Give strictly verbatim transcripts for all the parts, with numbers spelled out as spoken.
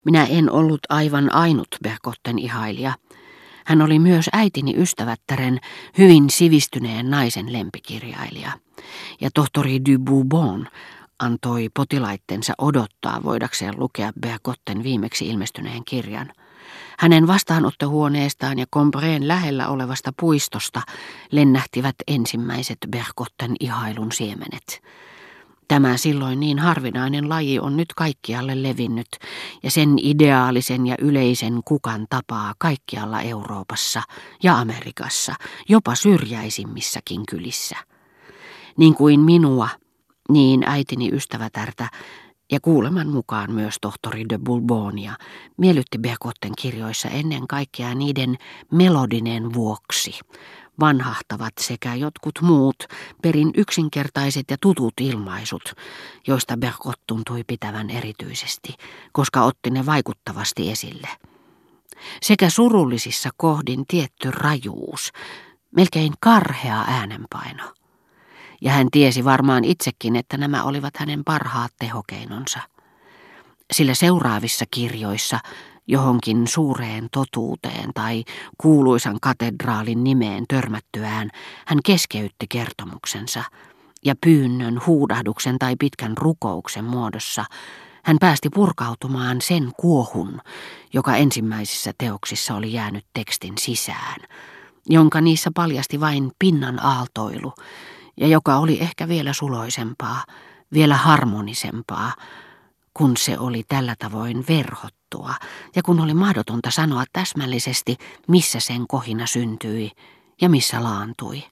Minä en ollut aivan ainut Bergotten ihailija. Hän oli myös äitini ystävättären, hyvin sivistyneen naisen lempikirjailija. Ja tohtori du Bourbon antoi potilaittensa odottaa voidakseen lukea Bergotten viimeksi ilmestyneen kirjan. Hänen vastaanottohuoneestaan ja Combreen lähellä olevasta puistosta lennähtivät ensimmäiset Bergotten ihailun siemenet. Tämä silloin niin harvinainen laji on nyt kaikkialle levinnyt, ja sen ideaalisen ja yleisen kukan tapaa kaikkialla Euroopassa ja Amerikassa, jopa syrjäisimmissäkin kylissä. Niin kuin minua, niin äitini ystävätärtä ja kuuleman mukaan myös tohtori de Bourbonia miellytti Bergotten kirjoissa ennen kaikkea niiden melodinen vuoksi. Vanhahtavat sekä jotkut muut, perin yksinkertaiset ja tutut ilmaisut, joista Bergot tuntui pitävän erityisesti, koska otti ne vaikuttavasti esille. Sekä surullisissa kohdin tietty rajuus, melkein karhea äänenpaino. Ja hän tiesi varmaan itsekin, että nämä olivat hänen parhaat tehokeinonsa. Sillä seuraavissa kirjoissa johonkin suureen totuuteen tai kuuluisan katedraalin nimeen törmättyään hän keskeytti kertomuksensa ja pyynnön, huudahduksen tai pitkän rukouksen muodossa hän päästi purkautumaan sen kuohun, joka ensimmäisissä teoksissa oli jäänyt tekstin sisään, jonka niissä paljasti vain pinnan aaltoilu ja joka oli ehkä vielä suloisempaa, vielä harmonisempaa, kun se oli tällä tavoin verhottua ja kun oli mahdotonta sanoa täsmällisesti, missä sen kohina syntyi ja missä laantui.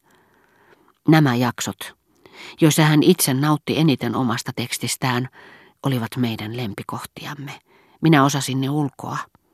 Nämä jaksot, joissa hän itse nautti eniten omasta tekstistään, olivat meidän lempikohtiamme. Minä osasin ne ulkoa.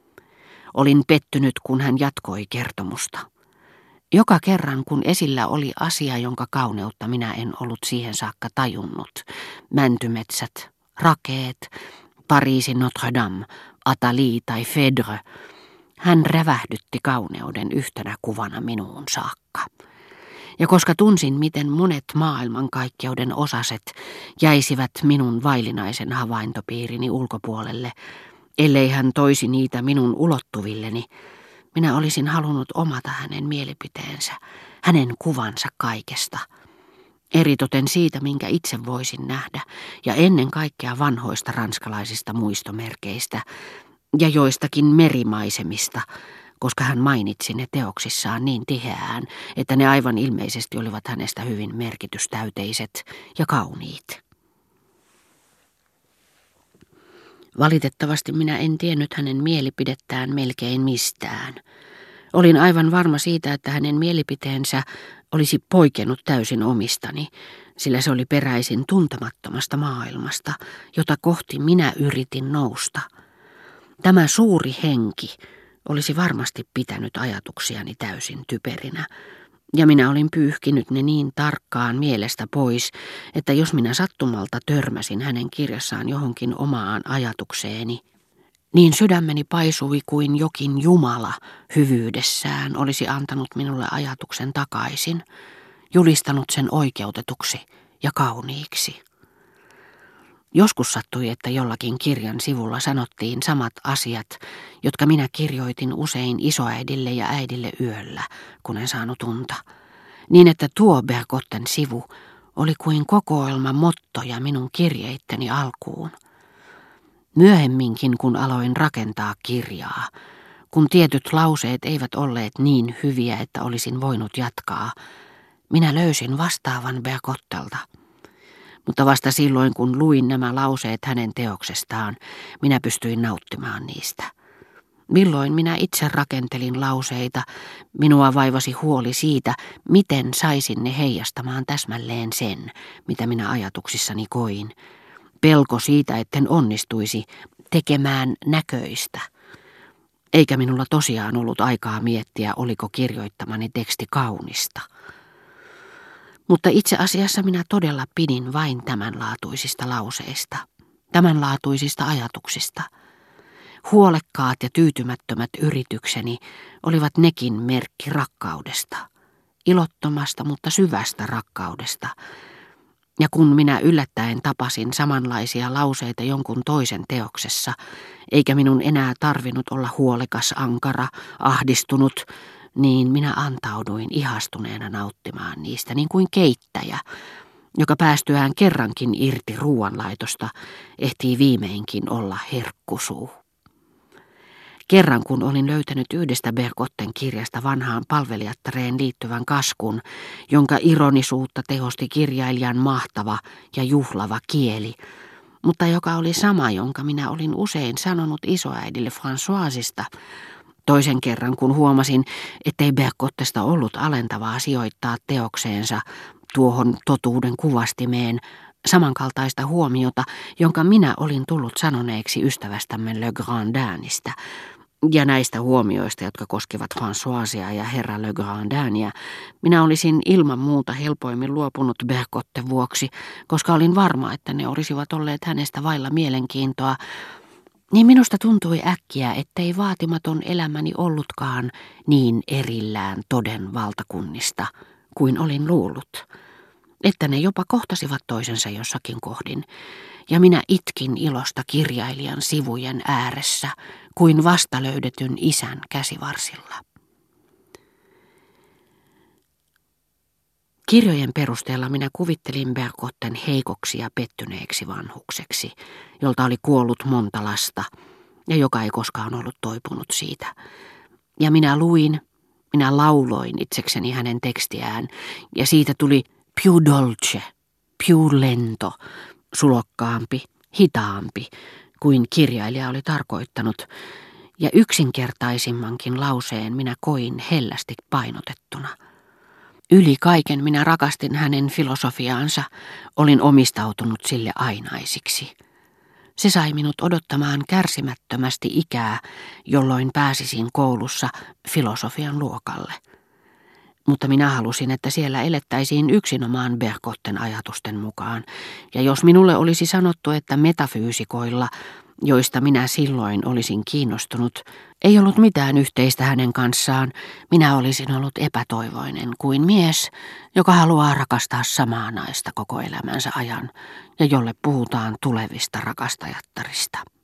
Olin pettynyt, kun hän jatkoi kertomusta. Joka kerran, kun esillä oli asia, jonka kauneutta minä en ollut siihen saakka tajunnut, mäntymetsät, rakeet, Pariisin Notre Dame, Athalie tai Phèdre, hän rävähdytti kauneuden yhtenä kuvana minuun saakka. Ja koska tunsin, miten monet maailmankaikkeuden osaset jäisivät minun vaillinaisen havaintopiirini ulkopuolelle, ellei hän toisi niitä minun ulottuvilleni, minä olisin halunnut omata hänen mielipiteensä, hänen kuvansa kaikesta. Eritoten siitä, minkä itse voisin nähdä, ja ennen kaikkea vanhoista ranskalaisista muistomerkeistä ja joistakin merimaisemista, koska hän mainitsi ne teoksissaan niin tiheään, että ne aivan ilmeisesti olivat hänestä hyvin merkitystäyteiset ja kauniit. Valitettavasti minä en tiennyt hänen mielipidettään melkein mistään. Olin aivan varma siitä, että hänen mielipiteensä olisi poikennut täysin omistani, sillä se oli peräisin tuntemattomasta maailmasta, jota kohti minä yritin nousta. Tämä suuri henki olisi varmasti pitänyt ajatuksiani täysin typerinä, ja minä olin pyyhkinyt ne niin tarkkaan mielestä pois, että jos minä sattumalta törmäsin hänen kirjassaan johonkin omaan ajatukseeni, niin sydämeni paisui kuin jokin Jumala hyvyydessään olisi antanut minulle ajatuksen takaisin, julistanut sen oikeutetuksi ja kauniiksi. Joskus sattui, että jollakin kirjan sivulla sanottiin samat asiat, jotka minä kirjoitin usein isoäidille ja äidille yöllä, kun en saanut unta, niin että tuo Bergotten sivu oli kuin kokoelma mottoja minun kirjeitteni alkuun. Myöhemminkin, kun aloin rakentaa kirjaa, kun tietyt lauseet eivät olleet niin hyviä, että olisin voinut jatkaa, minä löysin vastaavan Bergottelta. Mutta vasta silloin, kun luin nämä lauseet hänen teoksestaan, minä pystyin nauttimaan niistä. Milloin minä itse rakentelin lauseita, minua vaivasi huoli siitä, miten saisin ne heijastamaan täsmälleen sen, mitä minä ajatuksissani koin. Pelko siitä, etten onnistuisi tekemään näköistä. Eikä minulla tosiaan ollut aikaa miettiä, oliko kirjoittamani teksti kaunista. Mutta itse asiassa minä todella pidin vain tämänlaatuisista lauseista, tämänlaatuisista ajatuksista. Huolekkaat ja tyytymättömät yritykseni olivat nekin merkki rakkaudesta, ilottomasta, mutta syvästä rakkaudesta, Ja kun minä yllättäen tapasin samanlaisia lauseita jonkun toisen teoksessa, eikä minun enää tarvinnut olla huolekas, ankara, ahdistunut, niin minä antauduin ihastuneena nauttimaan niistä niin kuin keittäjä, joka päästyään kerrankin irti ruuanlaitosta ehtii viimeinkin olla herkkusuu. Kerran kun olin löytänyt yhdestä Bergotten kirjasta vanhaan palvelijattareen liittyvän kaskun, jonka ironisuutta tehosti kirjailijan mahtava ja juhlava kieli, mutta joka oli sama, jonka minä olin usein sanonut isoäidille Françoisista. Toisen kerran, kun huomasin, ettei Bergottesta ollut alentavaa sijoittaa teokseensa tuohon totuuden kuvastimeen samankaltaista huomiota, jonka minä olin tullut sanoneeksi ystävästämme Le Grandinista, ja näistä huomioista, jotka koskivat Françoisia ja herra Le Grandinia, minä olisin ilman muuta helpoimmin luopunut Bergotten vuoksi, koska olin varma, että ne olisivat olleet hänestä vailla mielenkiintoa, niin minusta tuntui äkkiä, ettei vaatimaton elämäni ollutkaan niin erillään toden valtakunnista kuin olin luullut, että ne jopa kohtasivat toisensa jossakin kohdin, ja minä itkin ilosta kirjailijan sivujen ääressä kuin vasta löydetyn isän käsivarsilla. Kirjojen perusteella minä kuvittelin Bergotten heikoksi ja pettyneeksi vanhukseksi, jolta oli kuollut monta lasta ja joka ei koskaan ollut toipunut siitä. Ja minä luin, minä lauloin itsekseni hänen tekstiään, ja siitä tuli più dolce, più lento, sulokkaampi, hitaampi kuin kirjailija oli tarkoittanut, ja yksinkertaisimmankin lauseen minä koin hellästi painotettuna. Yli kaiken minä rakastin hänen filosofiaansa, olin omistautunut sille ainaisiksi. Se sai minut odottamaan kärsimättömästi ikää, jolloin pääsisin koulussa filosofian luokalle. Mutta minä halusin, että siellä elettäisiin yksinomaan Bergotten ajatusten mukaan, ja jos minulle olisi sanottu, että metafyysikoilla, joista minä silloin olisin kiinnostunut, ei ollut mitään yhteistä hänen kanssaan, minä olisin ollut epätoivoinen kuin mies, joka haluaa rakastaa samaa naista koko elämänsä ajan, ja jolle puhutaan tulevista rakastajattarista.